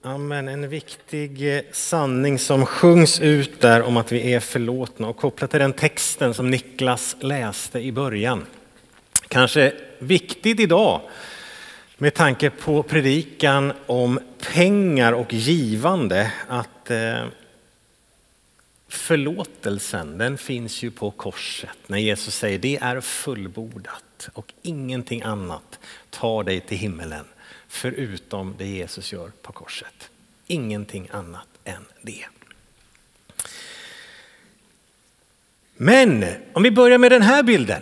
Amen. En viktig sanning som sjungs ut där om att vi är förlåtna och kopplat till den texten som Niklas läste i början. Kanske viktigt idag med tanke på predikan om pengar och givande att förlåtelsen, den finns ju på korset när Jesus säger det är fullbordat och ingenting annat tar dig till himmelen förutom det Jesus gör på korset. Ingenting annat än det. Men om vi börjar med den här bilden.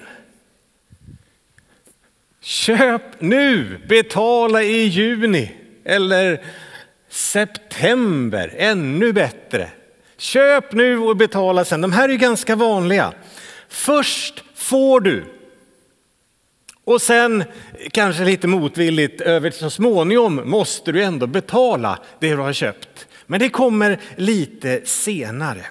Köp nu, betala i juni eller september, ännu bättre. Köp nu och betala sen. De här är ju ganska vanliga. Först får du. Och sen kanske lite motvilligt över så småningom måste du ändå betala det du har köpt. Men det kommer lite senare.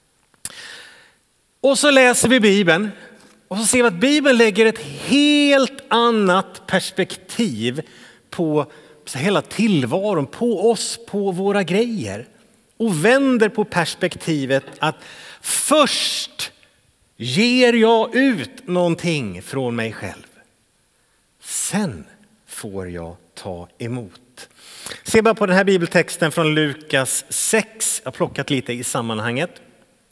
Och så läser vi Bibeln och så ser vi att Bibeln lägger ett helt annat perspektiv på hela tillvaron, på oss, på våra grejer. Och vänder på perspektivet att först ger jag ut någonting från mig själv. Sen får jag ta emot. Se bara på den här bibeltexten från Lukas 6. Jag har plockat lite i sammanhanget.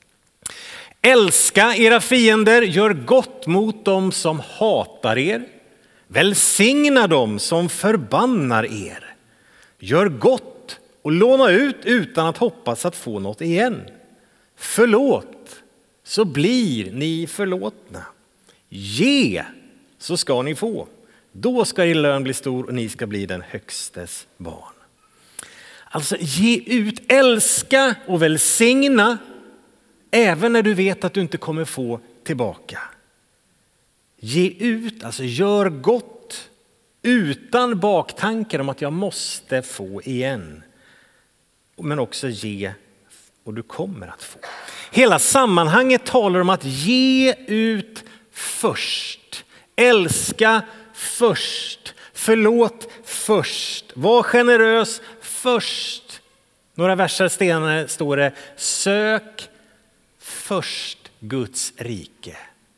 Älska era fiender, gör gott mot dem som hatar er. Välsigna dem som förbannar er. Gör gott och låna ut utan att hoppas att få något igen. Förlåt, så blir ni förlåtna. Ge, så ska ni få. Då ska er lön bli stor och ni ska bli den högstes barn. Alltså ge ut, älska och välsigna även när du vet att du inte kommer få tillbaka. Ge ut, alltså gör gott utan baktankar om att jag måste få igen. Men också ge och du kommer att få. Hela sammanhanget talar om att ge ut först. Älska först. Förlåt först. Var generös först. Några verser senare står det: sök först Guds rike.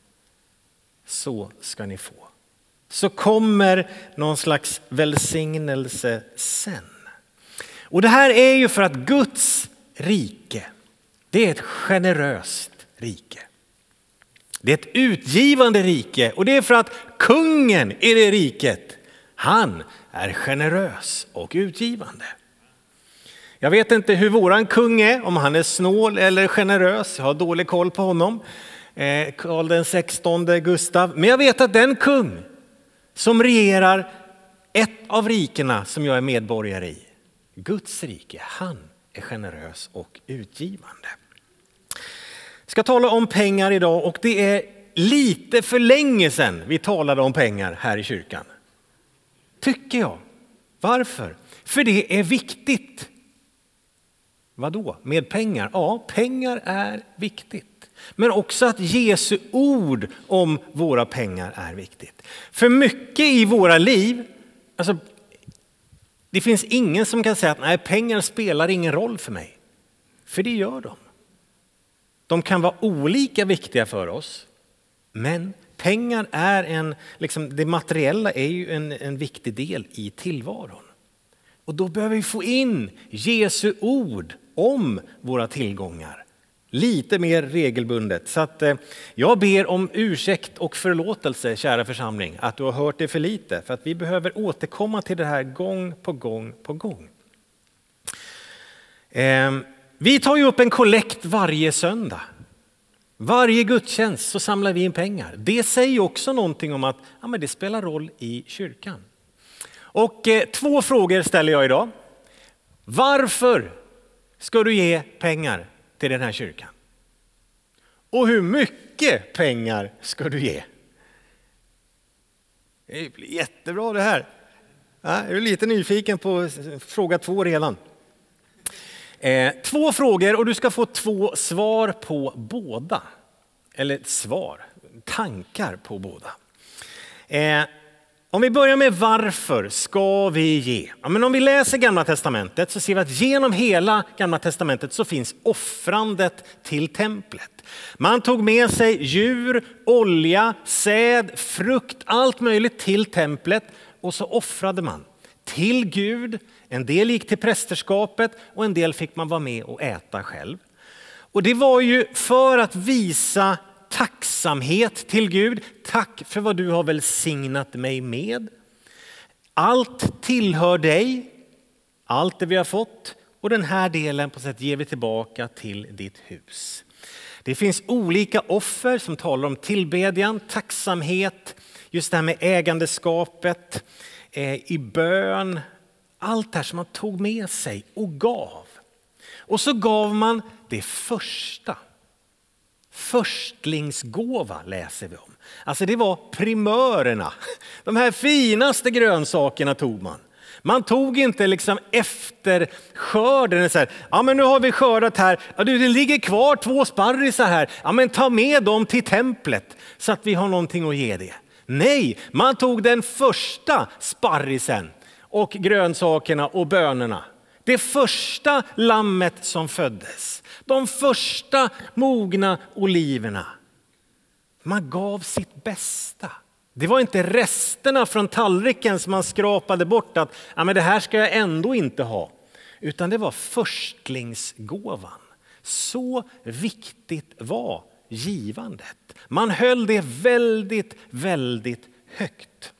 Så ska ni få. Så kommer någon slags välsignelse sen. Och det här är ju för att Guds rike, det är ett generöst rike. Det är ett utgivande rike och det är för att kungen i det riket, han är generös och utgivande. Jag vet inte hur våran kung är, om han är snål eller generös. Jag har dålig koll på honom. Karl den 16 Gustav. Men jag vet att den kung som regerar ett av rikena som jag är medborgare i, Guds rike, han är generös och utgivande. Jag ska tala om pengar idag och det är lite för länge sedan vi talade om pengar här i kyrkan. Tycker jag. Varför? För det är viktigt. Vadå? Med pengar? Ja, pengar är viktigt. Men också att Jesu ord om våra pengar är viktigt. För mycket i våra liv, alltså det finns ingen som kan säga att nej, pengar spelar ingen roll för mig. För det gör de. De kan vara olika viktiga för oss. Men pengar är det materiella är ju en viktig del i tillvaron. Och då behöver vi få in Jesu ord om våra tillgångar. Lite mer regelbundet. Så att jag ber om ursäkt och förlåtelse, kära församling, att du har hört det för lite. För att vi behöver återkomma till det här gång på gång på gång. Vi tar ju upp en kollekt varje söndag. Varje gudstjänst så samlar vi in pengar. Det säger också någonting om att men det spelar roll i kyrkan. Och 2 frågor ställer jag idag. Varför ska du ge pengar till den här kyrkan? Och hur mycket pengar ska du ge? Det blir jättebra det här. Jag är lite nyfiken på fråga 2 redan. 2 frågor och du ska få 2 svar på båda. Eller tankar på båda. Om vi börjar med varför ska vi ge? Ja, men om vi läser Gamla testamentet så ser vi att genom hela Gamla testamentet så finns offrandet till templet. Man tog med sig djur, olja, säd, frukt, allt möjligt till templet och så offrade man till Gud. En del gick till prästerskapet och en del fick man vara med och äta själv. Och det var ju för att visa tacksamhet till Gud. Tack för vad du har välsignat mig med. Allt tillhör dig. Allt det vi har fått. Och den här delen på sätt ger vi tillbaka till ditt hus. Det finns olika offer som talar om tillbedjan, tacksamhet, just det här med ägandeskapet, i bön. Allt det här som man tog med sig och gav. Och så gav man det första. Förstlingsgåva läser vi om. Alltså det var primörerna. De här finaste grönsakerna tog man. Man tog inte liksom efter skörden. Så här, ja men nu har vi skördat här. Ja, det ligger kvar 2 sparrisar här. Ja men ta med dem till templet så att vi har någonting att ge det. Nej, man tog den första sparrisen och grönsakerna och bönorna. Det första lammet som föddes. De första mogna oliverna. Man gav sitt bästa. Det var inte resterna från tallriken som man skrapade bort att ja, men det här ska jag ändå inte ha. Utan det var förstlingsgåvan. Så viktigt var givandet. Man höll det väldigt, väldigt högt.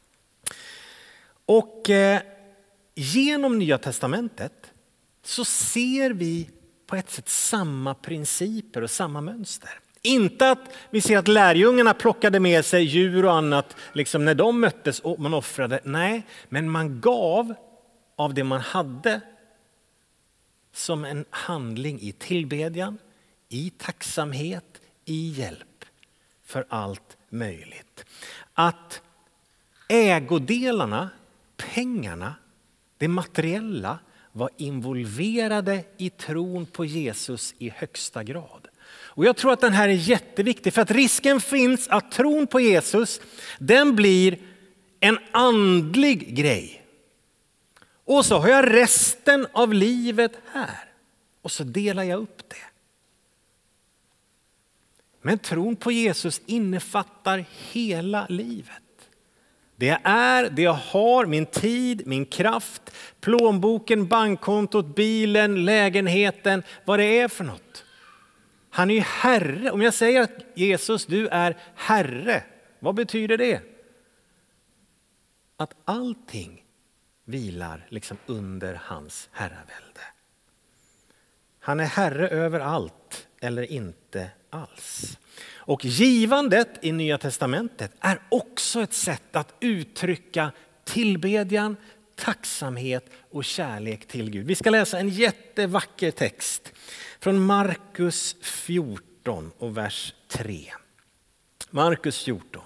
Och genom Nya testamentet så ser vi på ett sätt samma principer och samma mönster. Inte att vi ser att lärjungarna plockade med sig djur och annat liksom när de möttes och man offrade. Nej, men man gav av det man hade som en handling i tillbedjan, i tacksamhet, i hjälp för allt möjligt. Att ägodelarna, pengarna, det materiella var involverade i tron på Jesus i högsta grad. Och jag tror att den här är jätteviktig för att risken finns att tron på Jesus den blir en andlig grej. Och så har jag resten av livet här och så delar jag upp det. Men tron på Jesus innefattar hela livet. Det är det jag har, min tid, min kraft, plånboken, bankkontot, bilen, lägenheten, vad det är för något. Han är ju Herre. Om jag säger att Jesus, du är Herre, vad betyder det? Att allting vilar liksom under hans herravälde. Han är Herre över allt eller inte alls. Och givandet i Nya testamentet är också ett sätt att uttrycka tillbedjan, tacksamhet och kärlek till Gud. Vi ska läsa en jättevacker text från Markus 14 och vers 3. Markus 14.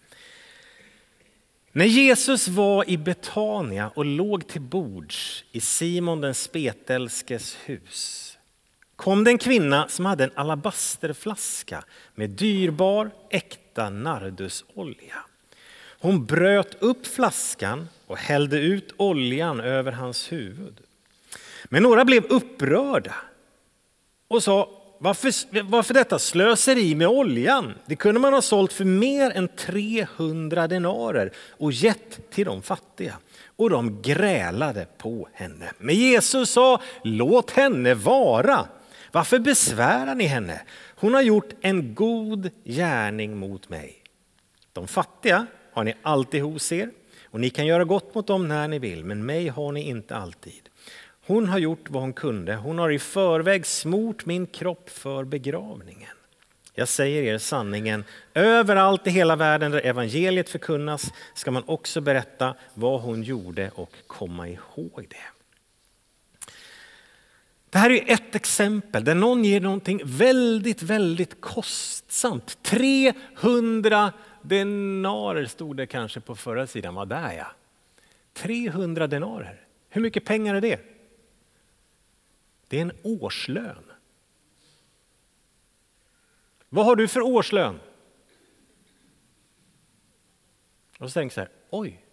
När Jesus var i Betania och låg till bords i Simon den spetälskes hus kom det en kvinna som hade en alabasterflaska med dyrbar äkta nardusolja. Hon bröt upp flaskan och hällde ut oljan över hans huvud. Men några blev upprörda och sa, varför detta slöseri med oljan? Det kunde man ha sålt för mer än 300 denarer och gett till de fattiga. Och de grälade på henne. Men Jesus sa, låt henne vara. Varför besvärar ni henne? Hon har gjort en god gärning mot mig. De fattiga har ni alltid hos er och ni kan göra gott mot dem när ni vill, men mig har ni inte alltid. Hon har gjort vad hon kunde. Hon har i förväg smort min kropp för begravningen. Jag säger er sanningen, överallt i hela världen där evangeliet förkunnas ska man också berätta vad hon gjorde och komma ihåg det. Det här är ett exempel där någon ger någonting väldigt, väldigt kostsamt. 300 denarer stod det kanske på förra sidan. Vad där ja. 300 denarer. Hur mycket pengar är det? Det är en årslön. Vad har du för årslön? Och så tänker jag så här, oj.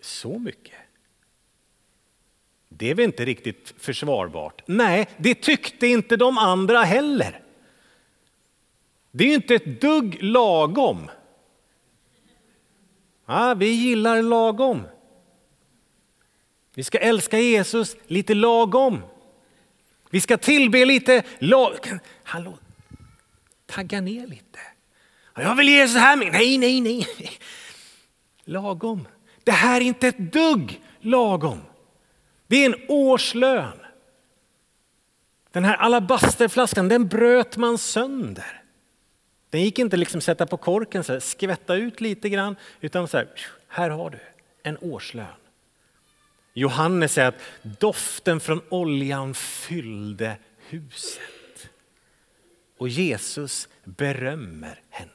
Så mycket. Det är väl inte riktigt försvarbart. Nej, det tyckte inte de andra heller. Det är ju inte ett dugg lagom. Ja, vi gillar lagom. Vi ska älska Jesus lite lagom. Vi ska tillbe lite Hallå, tagga ner lite. Jag vill ge så här mycket. Nej. Lagom. Det här är inte ett dugg lagom. Det är en årslön. Den här alabasterflaskan, den bröt man sönder. Den gick inte liksom sätta på korken så här, skvätta ut lite grann, utan så här har du en årslön. Johannes säger att doften från oljan fyllde huset. Och Jesus berömmer henne.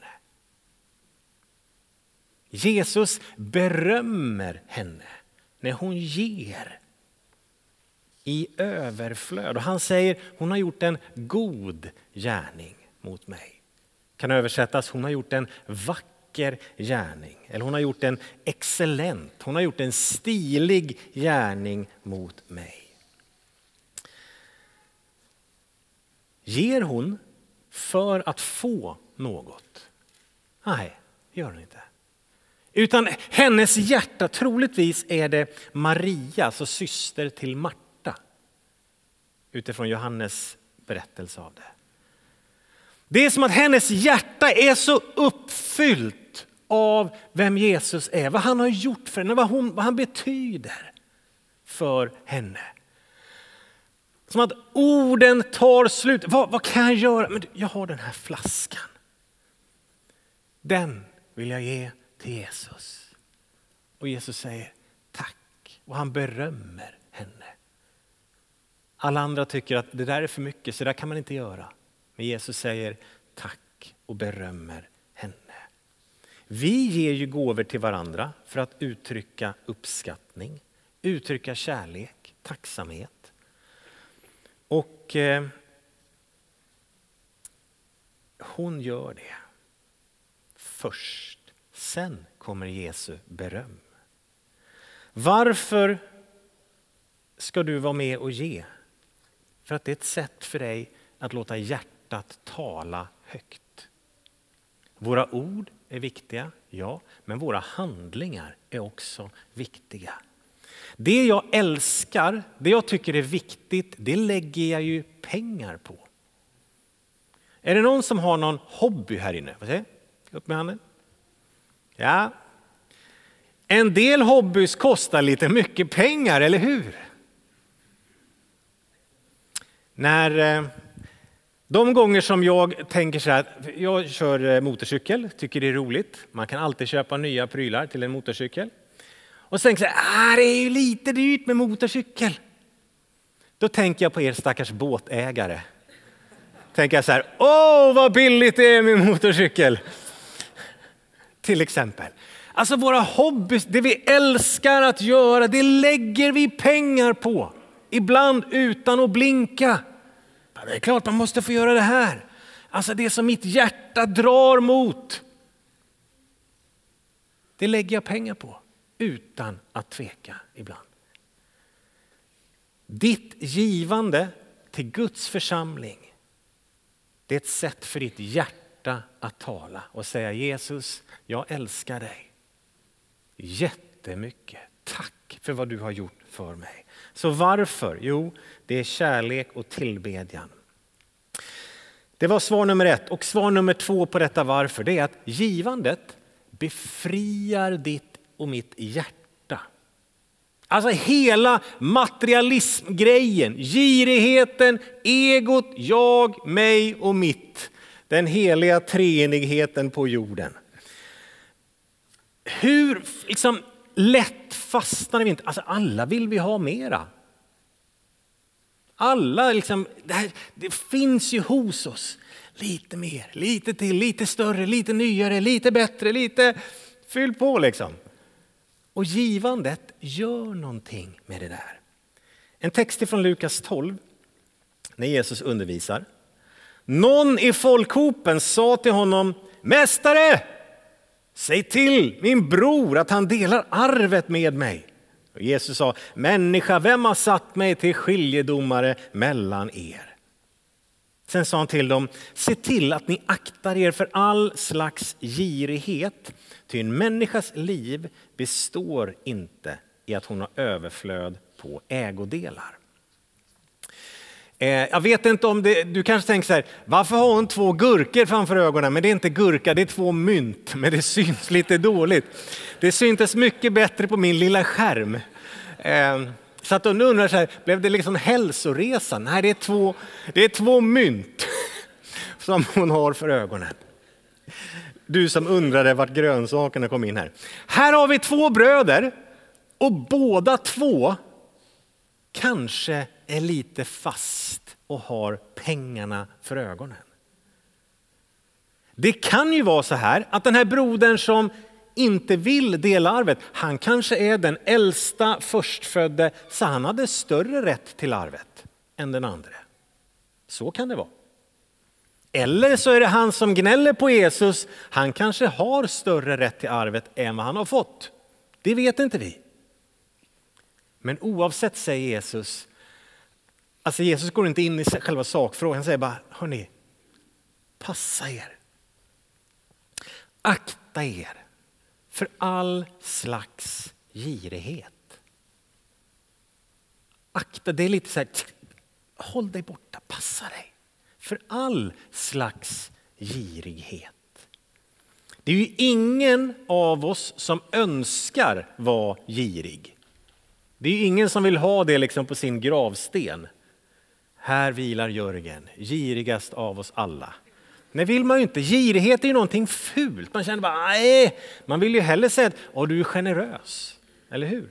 Jesus berömmer henne när hon ger i överflöd. Och han säger, hon har gjort en god gärning mot mig. Kan översättas, hon har gjort en vacker gärning. Eller hon har gjort en excellent, hon har gjort en stilig gärning mot mig. Ger hon för att få något? Nej, gör hon inte. Utan hennes hjärta, troligtvis är det Maria, alltså syster till Marta. Utifrån Johannes berättelse av det. Det är som att hennes hjärta är så uppfyllt av vem Jesus är. Vad han har gjort för henne, vad han betyder för henne. Som att orden tar slut. Vad kan jag göra? Men jag har den här flaskan. Den vill jag ge till Jesus. Och Jesus säger tack. Och han berömmer henne. Alla andra tycker att det där är för mycket, så där kan man inte göra. Men Jesus säger tack och berömmer henne. Vi ger ju gåvor till varandra för att uttrycka uppskattning, uttrycka kärlek, tacksamhet. Och hon gör det först. Sen kommer Jesu beröm. Varför ska du vara med och ge? För att det är ett sätt för dig att låta hjärtat tala högt. Våra ord är viktiga, ja, men våra handlingar är också viktiga. Det jag älskar, det jag tycker är viktigt, det lägger jag ju pengar på. Är det någon som har någon hobby här inne? Får se? Upp med handen. Ja. En del hobbys kostar lite mycket pengar, eller hur? När de gånger som jag tänker så här, jag kör motorcykel, tycker det är roligt. Man kan alltid köpa nya prylar till en motorcykel. Och så tänker jag så här, det är ju lite dyrt med motorcykel. Då tänker jag på er stackars båtägare. Tänker jag så här, vad billigt det är med motorcykel. Till exempel. Alltså våra hobbys, det vi älskar att göra, det lägger vi pengar på. Ibland utan att blinka. Det är klart man måste få göra det här. Alltså det som mitt hjärta drar mot. Det lägger jag pengar på. Utan att tveka ibland. Ditt givande till Guds församling. Det är ett sätt för ditt hjärta att tala. Och säga Jesus, jag älskar dig. Jättemycket. Tack för vad du har gjort för mig. Så varför? Jo, det är kärlek och tillbedjan. Det var svar nummer 1. Och svar nummer 2 på detta varför, det är att givandet befriar ditt och mitt hjärta. Alltså hela materialismgrejen, girigheten, egot, jag, mig och mitt. Den heliga treenigheten på jorden. Hur liksom lätt fastnar vi inte? Alltså alla vill vi ha mera. Alla liksom, det finns ju hos oss. Lite mer, lite till, lite större, lite nyare, lite bättre, lite fyll på liksom. Och givandet gör någonting med det där. En text från Lukas 12, när Jesus undervisar. Någon i folkhopen sa till honom, mästare, Säg till min bror att han delar arvet med mig. Och Jesus sa, människa, vem har satt mig till skiljedomare mellan er? Sen sa han till dem, se till att ni aktar er för all slags girighet. Ty en människas liv består inte i att hon har överflöd på ägodelar. Jag vet inte om du kanske tänker så här, varför har hon 2 gurkor framför ögonen? Men det är inte gurka, det är 2 mynt, men det syns lite dåligt. Det syntes mycket bättre på min lilla skärm. Så att de undrar så här, blev det liksom hälsoresa? Nej, det är 2 mynt som hon har för ögonen. Du som undrade vart grönsakerna kom in här. Här har vi 2 bröder och båda 2 kanske är lite fast och har pengarna för ögonen. Det kan ju vara så här att den här brodern som inte vill dela arvet, han kanske är den äldsta förstfödde, så han hade större rätt till arvet än den andra. Så kan det vara. Eller så är det han som gnäller på Jesus, han kanske har större rätt till arvet än vad han har fått. Det vet inte vi. Men oavsett säger Jesus, alltså Jesus går inte in i själva sakfrågan, han säger bara, hörni, passa er. Akta er för all slags girighet. Akta, det är lite så här, håll dig borta, passa dig. För all slags girighet. Det är ju ingen av oss som önskar vara girig. Det är ju ingen som vill ha det liksom på sin gravsten. Här vilar Jörgen, girigast av oss alla. Nej, vill man ju inte. Girighet är ju någonting fult. Man känner bara, nej. Man vill ju hellre säga att du är generös. Eller hur?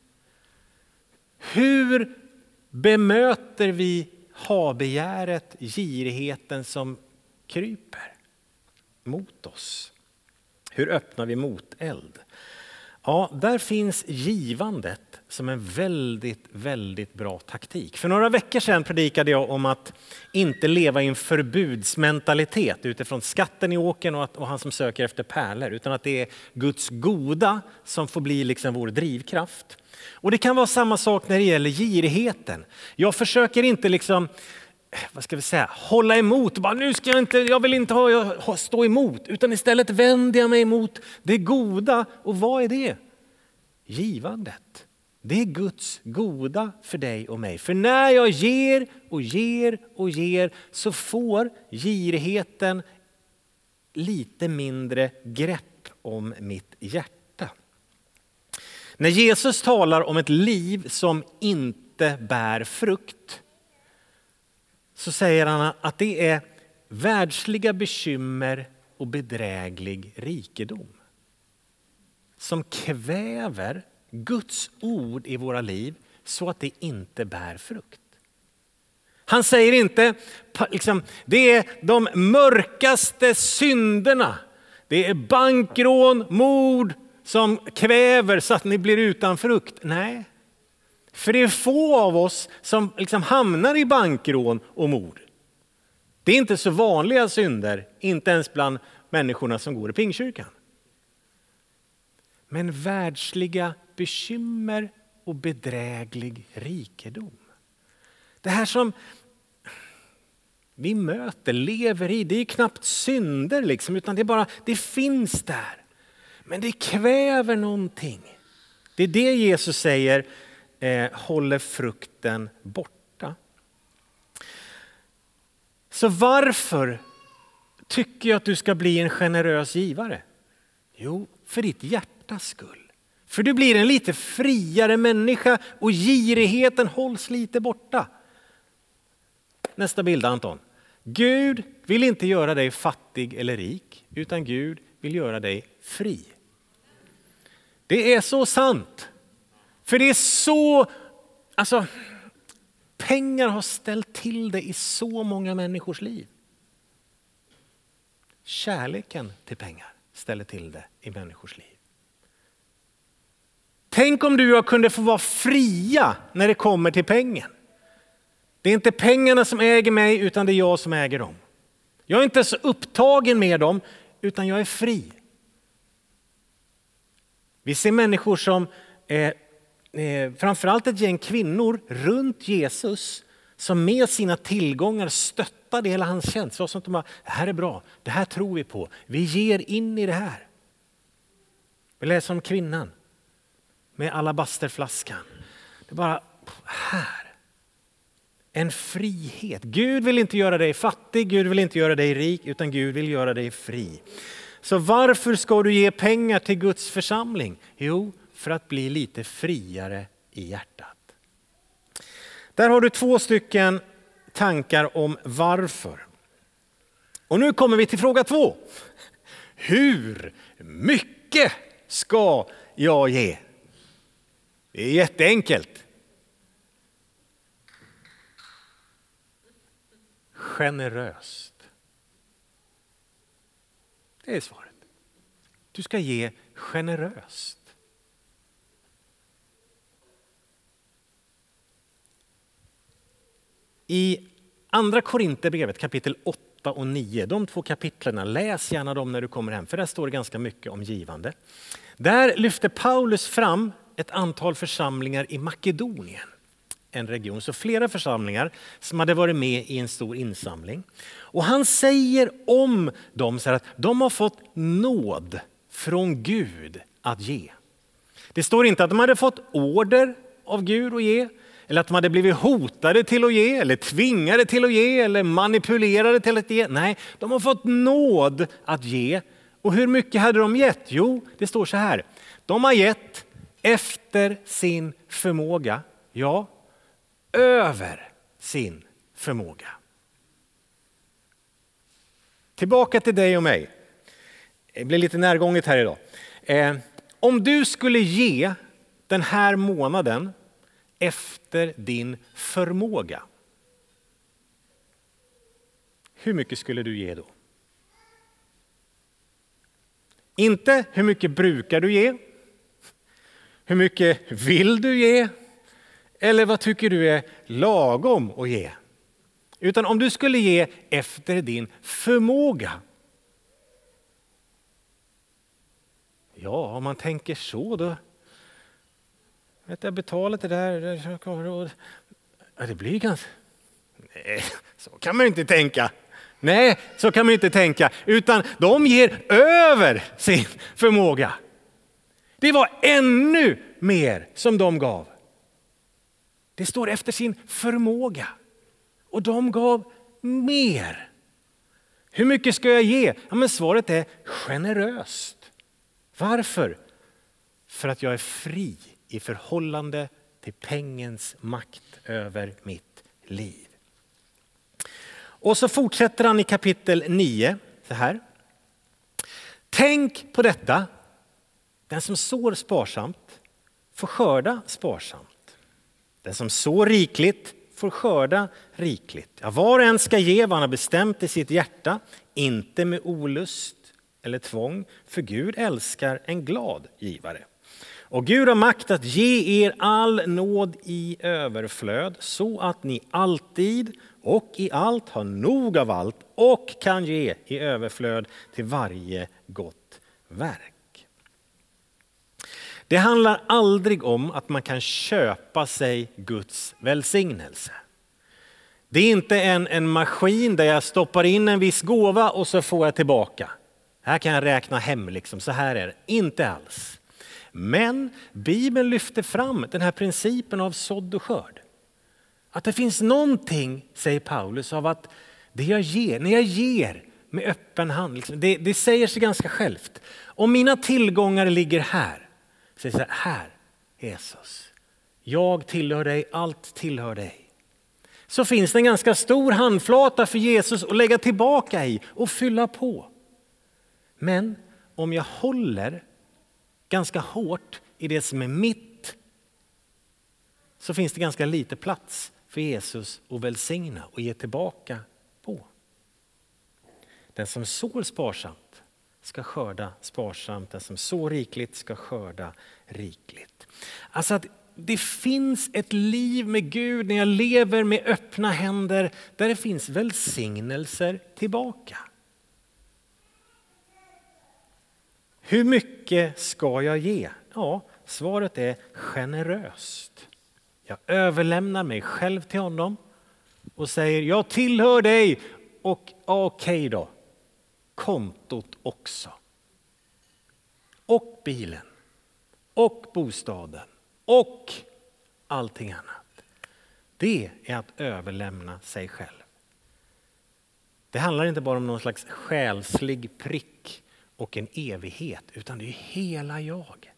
Hur bemöter vi habegäret, girigheten som kryper mot oss? Hur öppnar vi moteld? Ja, där finns givandet som en väldigt, väldigt bra taktik. För några veckor sedan predikade jag om att inte leva i en förbudsmentalitet utifrån skatten i åkern och han som söker efter pärlor, utan att det är Guds goda som får bli liksom vår drivkraft. Och det kan vara samma sak när det gäller girigheten. Jag försöker inte liksom, vad ska vi säga, hålla emot. Bara, nu ska jag vill inte stå emot, utan istället vänder jag mig emot det goda. Och vad är det? Givandet. Det är Guds goda för dig och mig. För när jag ger och ger och ger så får girigheten lite mindre grepp om mitt hjärta. När Jesus talar om ett liv som inte bär frukt så säger han att det är världsliga bekymmer och bedräglig rikedom som kväver Guds ord i våra liv så att det inte bär frukt. Han säger inte, liksom, det är de mörkaste synderna. Det är bankrån, mord som kväver så att ni blir utan frukt. Nej, för det är få av oss som liksom hamnar i bankrån och mord. Det är inte så vanliga synder, inte ens bland människorna som går i pingkyrkan. Men världsliga bekymmer och bedräglig rikedom. Det här som vi möter, lever i, det är knappt synder liksom, utan det finns där. Men det kväver någonting. Det är det Jesus säger, håller frukten borta. Så varför tycker jag att du ska bli en generös givare? Jo, för ditt hjärtas skull. För du blir en lite friare människa och girigheten hålls lite borta. Nästa bild, Anton. Gud vill inte göra dig fattig eller rik, utan Gud vill göra dig fri. Det är så sant. För det är så, alltså pengar har ställt till det i så många människors liv. Kärleken till pengar ställer till det i människors liv. Tänk om du och jag kunde få vara fria när det kommer till pengen. Det är inte pengarna som äger mig, utan det är jag som äger dem. Jag är inte så upptagen med dem, utan jag är fri. Vi ser människor som, framförallt ett gäng kvinnor runt Jesus, som med sina tillgångar stöttade hela hans tjänst. Så att de bara, det här är bra, det här tror vi på, vi ger in i det här. Vi läser om kvinnan med alabasterflaskan. Det är bara här. En frihet. Gud vill inte göra dig fattig, Gud vill inte göra dig rik, utan Gud vill göra dig fri. Så varför ska du ge pengar till Guds församling? Jo, för att bli lite friare i hjärtat. Där har du 2 stycken tankar om varför. Och nu kommer vi till fråga 2. Hur mycket ska jag ge? Det är jätteenkelt. Generöst. Det är svaret. Du ska ge generöst. I andra Korinthierbrevet kapitel 8 och 9, de 2 kapitlerna, läs gärna dem när du kommer hem, för där står det ganska mycket om givande. Där lyfter Paulus fram ett antal församlingar i Makedonien, en region, så flera församlingar som hade varit med i en stor insamling. Och han säger om dem så här att de har fått nåd från Gud att ge. Det står inte att de hade fått order av Gud att ge, eller att de hade blivit hotade till att ge, eller tvingade till att ge, eller manipulerade till att ge. Nej, de har fått nåd att ge. Och hur mycket hade de gett? Jo, det står så här. De har gett efter sin förmåga. Ja, över sin förmåga. Tillbaka till dig och mig. Det blir lite närgånget här idag. Om du skulle ge den här månaden efter din förmåga, hur mycket skulle du ge då? Inte hur mycket brukar du ge? Hur mycket vill du ge? Eller vad tycker du är lagom att ge? Utan om du skulle ge efter din förmåga. Ja, om man tänker så då. Vet jag betalat det där. Det blir ganska... Nej, så kan man inte tänka. Nej, så kan man inte tänka. Utan de ger över sin förmåga. Det var ännu mer som de gav. Det står efter sin förmåga. Och de gav mer. Hur mycket ska jag ge? Ja, men svaret är generöst. Varför? För att jag är fri i förhållande till pengens makt över mitt liv. Och så fortsätter han i kapitel 9 så här. Tänk på detta. Den som sår sparsamt får skörda sparsamt. Den som sår rikligt får skörda rikligt. Ja, var och en ska ge vad han har bestämt i sitt hjärta, inte med olust eller tvång, för Gud älskar en glad givare. Och Gud har makt att ge er all nåd i överflöd, så att ni alltid och i allt har nog av allt och kan ge i överflöd till varje gott verk. Det handlar aldrig om att man kan köpa sig Guds välsignelse. Det är inte en maskin där jag stoppar in en viss gåva och så får jag tillbaka. Här kan jag räkna hem liksom, så här är det. Inte alls. Men Bibeln lyfter fram den här principen av sådd och skörd. Att det finns någonting, säger Paulus, av att det jag ger, när jag ger med öppen hand, liksom, det säger sig ganska självt. Om mina tillgångar ligger här, så är det så här, Jesus, jag tillhör dig, allt tillhör dig. Så finns det en ganska stor handflata för Jesus att lägga tillbaka i och fylla på. Men om jag håller ganska hårt i det som är mitt, så finns det ganska lite plats för Jesus att välsigna och ge tillbaka på. Den som sår sparsamt ska skörda sparsamt. Den som sår rikligt ska skörda rikligt. Alltså att det finns ett liv med Gud när jag lever med öppna händer, där det finns välsignelser tillbaka. Hur mycket ska jag ge Ja, svaret är generöst. Jag överlämnar mig själv till honom och säger jag tillhör dig och okej då, kontot också. Och bilen och bostaden och allting annat. Det är att överlämna sig själv. Det handlar inte bara om någon slags själslig prick och en evighet, utan det är hela jag.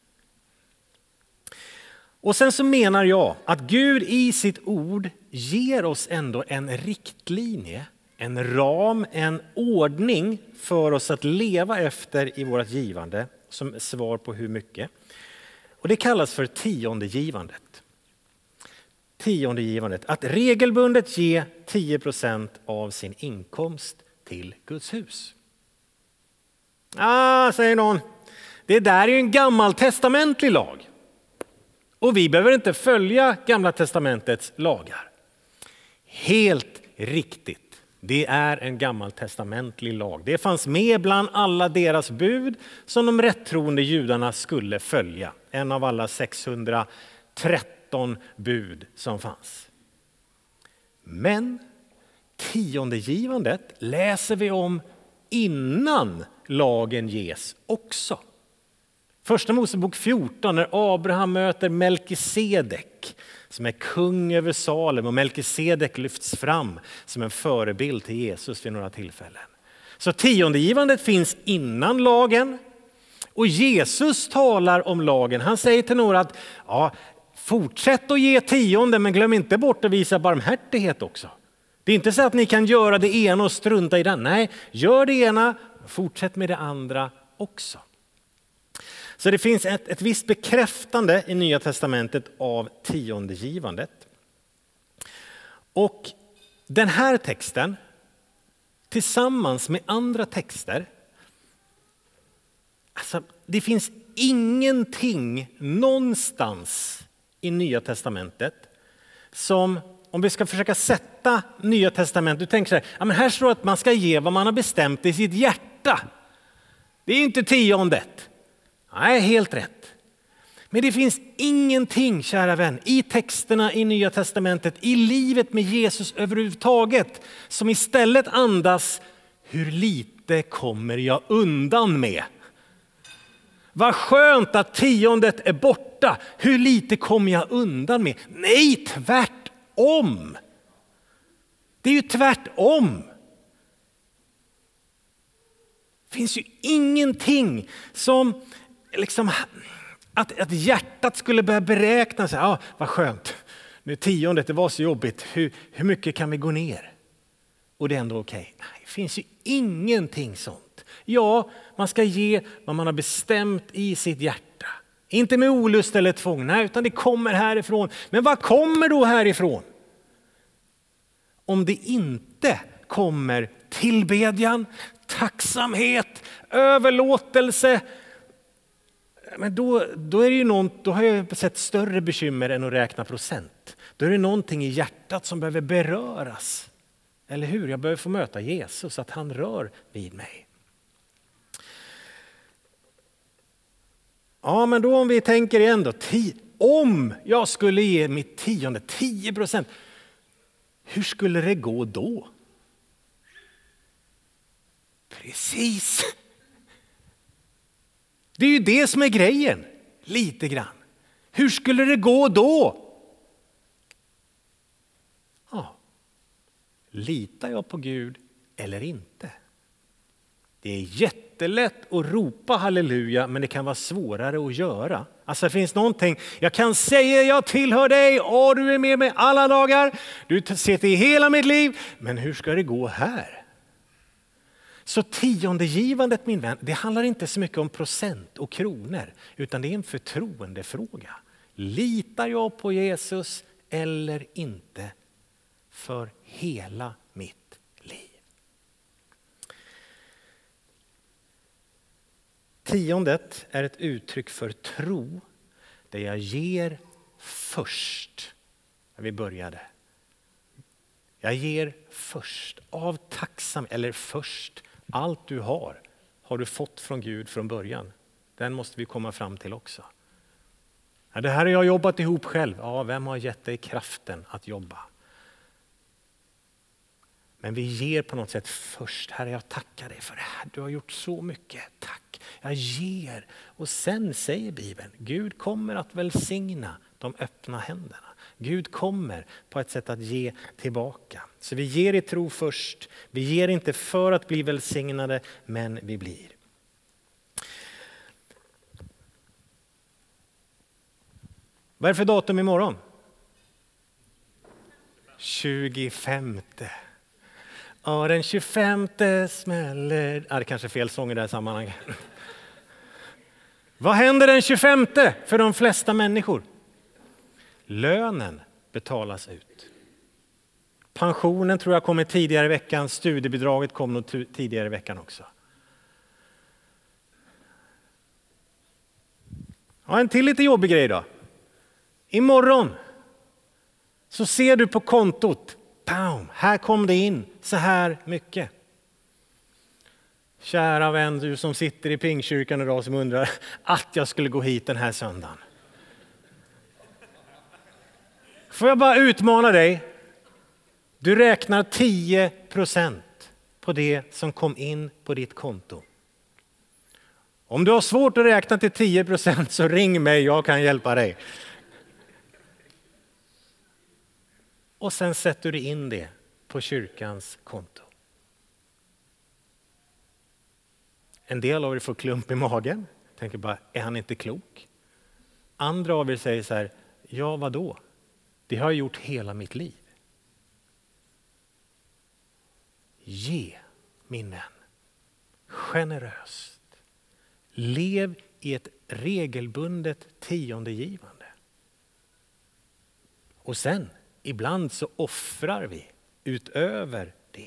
Och sen så menar jag att Gud i sitt ord ger oss ändå en riktlinje, en ram, en ordning för oss att leva efter i vårt givande som svar på hur mycket. Och det kallas för tiondegivandet. Tiondegivandet, att regelbundet ge 10% av sin inkomst till Guds hus. Säger någon, det där är ju en gammaltestamentlig lag. Och vi behöver inte följa Gamla testamentets lagar. Helt riktigt. Det är en gammaltestamentlig lag. Det fanns med bland alla deras bud som de rättroende judarna skulle följa. En av alla 613 bud som fanns. Men tiondegivandet läser vi om innan lagen ges också. Första Mosebok 14 när Abraham möter Melkisedek som är kung över Salem och Melkisedek lyfts fram som en förebild till Jesus vid några tillfällen. Så tiondegivandet finns innan lagen och Jesus talar om lagen. Han säger till några att fortsätt att ge tionde men glöm inte bort att visa barmhärtighet också. Det är inte så att ni kan göra det ena och strunta i det. Nej, gör det ena, fortsätt med det andra också. Så det finns ett visst bekräftande i Nya testamentet av tiondegivandet. Och den här texten tillsammans med andra texter, alltså det finns ingenting någonstans i Nya testamentet som, om vi ska försöka sätta Nya testamentet, du tänker så här, men här står att man ska ge vad man har bestämt i sitt hjärta. Det är inte tiondet. Nej, helt rätt. Men det finns ingenting, kära vän, i texterna i Nya testamentet, i livet med Jesus överhuvudtaget, som istället andas, hur lite kommer jag undan med? Vad skönt att tiondet är borta. Hur lite kommer jag undan med? Nej, tvärtom. Det är ju tvärtom. Det finns ju ingenting som liksom, att hjärtat skulle börja beräkna sig. Vad skönt. Nu tiondet, det var så jobbigt. Hur mycket kan vi gå ner? Och det är ändå okej. Nej, det finns ju ingenting sånt. Ja, man ska ge vad man har bestämt i sitt hjärta. Inte med olust eller tvång, nej, utan det kommer härifrån. Men vad kommer då härifrån? Om det inte kommer tillbedjan, tacksamhet, överlåtelse, men då är det ju då har jag sett större bekymmer än att räkna procent. Då är det någonting i hjärtat som behöver beröras. Eller hur? Jag behöver få möta Jesus, att han rör vid mig. Ja, men då om vi tänker igen då. Om jag skulle ge mitt tionde 10%, hur skulle det gå då? Precis. Det är ju det som är grejen, lite grann. Hur skulle det gå då? Litar jag på Gud eller inte? Det är jättelätt att ropa halleluja, men det kan vara svårare att göra. Alltså det finns någonting, jag kan säga jag tillhör dig och du är med mig alla dagar. Du ser till hela mitt liv, men hur ska det gå här? Så tiondegivandet, min vän, det handlar inte så mycket om procent och kronor, utan det är en förtroendefråga. Litar jag på Jesus eller inte för hela mitt liv? Tiondet är ett uttryck för tro där jag ger först. Vi började. Jag ger först av tacksamhet, eller först. Allt du har du fått från Gud från början. Den måste vi komma fram till också. Ja, det här har jag jobbat ihop själv. Ja, vem har gett dig kraften att jobba? Men vi ger på något sätt först. Herre, jag tackar dig för det här. Du har gjort så mycket. Tack. Jag ger. Och sen säger Bibeln, Gud kommer att välsigna de öppna händerna. Gud kommer på ett sätt att ge tillbaka. Så vi ger i tro först. Vi ger inte för att bli välsignade, men vi blir. Vad är det för datum imorgon? 25. Ja, den 25 smäller. Ja, det kanske är fel sång i det här sammanhanget. Vad händer den 25 för de flesta människor? Lönen betalas ut. Pensionen tror jag kommer tidigare i veckan. Studiebidraget kom nog tidigare i veckan också. Ja, en till lite jobbig grej då. Imorgon så ser du på kontot. Bam, här kom det in så här mycket. Kära vän, du som sitter i Pingkyrkan idag som undrar att jag skulle gå hit den här söndagen. Får jag bara utmana dig? Du räknar 10% på det som kom in på ditt konto. Om du har svårt att räkna till 10% så ring mig, jag kan hjälpa dig. Och sen sätter du in det på kyrkans konto. En del av er får klump i magen. Tänker bara, är han inte klok? Andra av er säger så här, ja vadå? Det har jag gjort hela mitt liv. Ge, min vän, generöst. Lev i ett regelbundet tiondegivande. Och sen, ibland så offrar vi utöver det.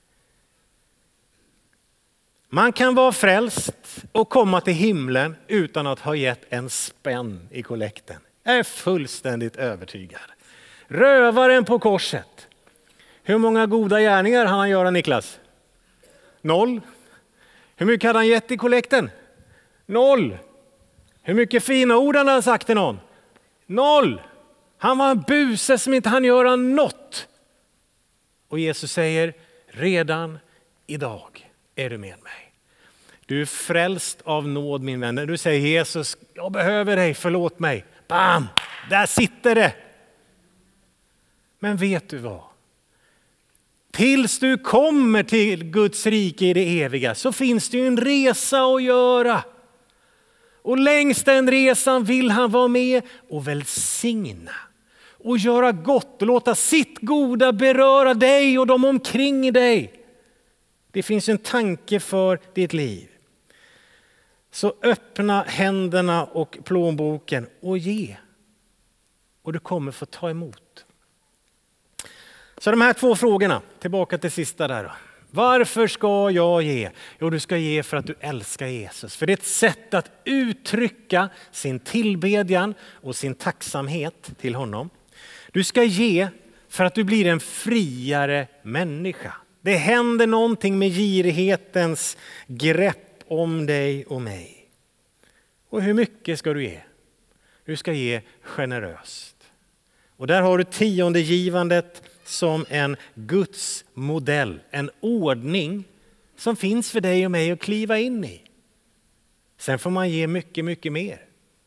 Man kan vara frälst och komma till himlen utan att ha gett en spänn i kollekten. Jag är fullständigt övertygad. Rövaren på korset. Hur många goda gärningar hann han göra, Niklas? 0. Hur mycket hade han gett i kollekten? 0. Hur mycket fina ord hade han sagt till någon? 0. Han var en buse som inte hann göra något. Och Jesus säger, redan idag är du med mig. Du är frälst av nåd, min vän. Du säger, Jesus, jag behöver dig, förlåt mig. Bam, där sitter det. Men vet du vad? Tills du kommer till Guds rike i det eviga så finns det ju en resa att göra. Och längs den resan vill han vara med och välsigna. Och göra gott och låta sitt goda beröra dig och de omkring dig. Det finns en tanke för ditt liv. Så öppna händerna och plånboken och ge. Och du kommer få ta emot. Så de här 2 frågorna, tillbaka till sista där då. Varför ska jag ge? Jo, du ska ge för att du älskar Jesus. För det är ett sätt att uttrycka sin tillbedjan och sin tacksamhet till honom. Du ska ge för att du blir en friare människa. Det händer någonting med girighetens grepp om dig och mig. Och hur mycket ska du ge? Du ska ge generöst. Och där har du tiondegivandet som en Guds modell. En ordning som finns för dig och mig att kliva in i. Sen får man ge mycket, mycket mer.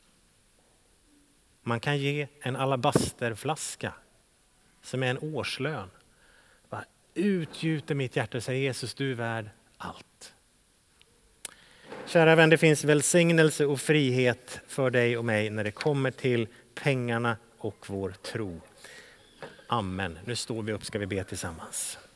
Man kan ge en alabasterflaska som är en årslön. Bara utgjuter mitt hjärta och säger, Jesus, du är värd allt. Kära vän, det finns välsignelse och frihet för dig och mig när det kommer till pengarna och vår tro. Amen. Nu står vi upp, ska vi be tillsammans.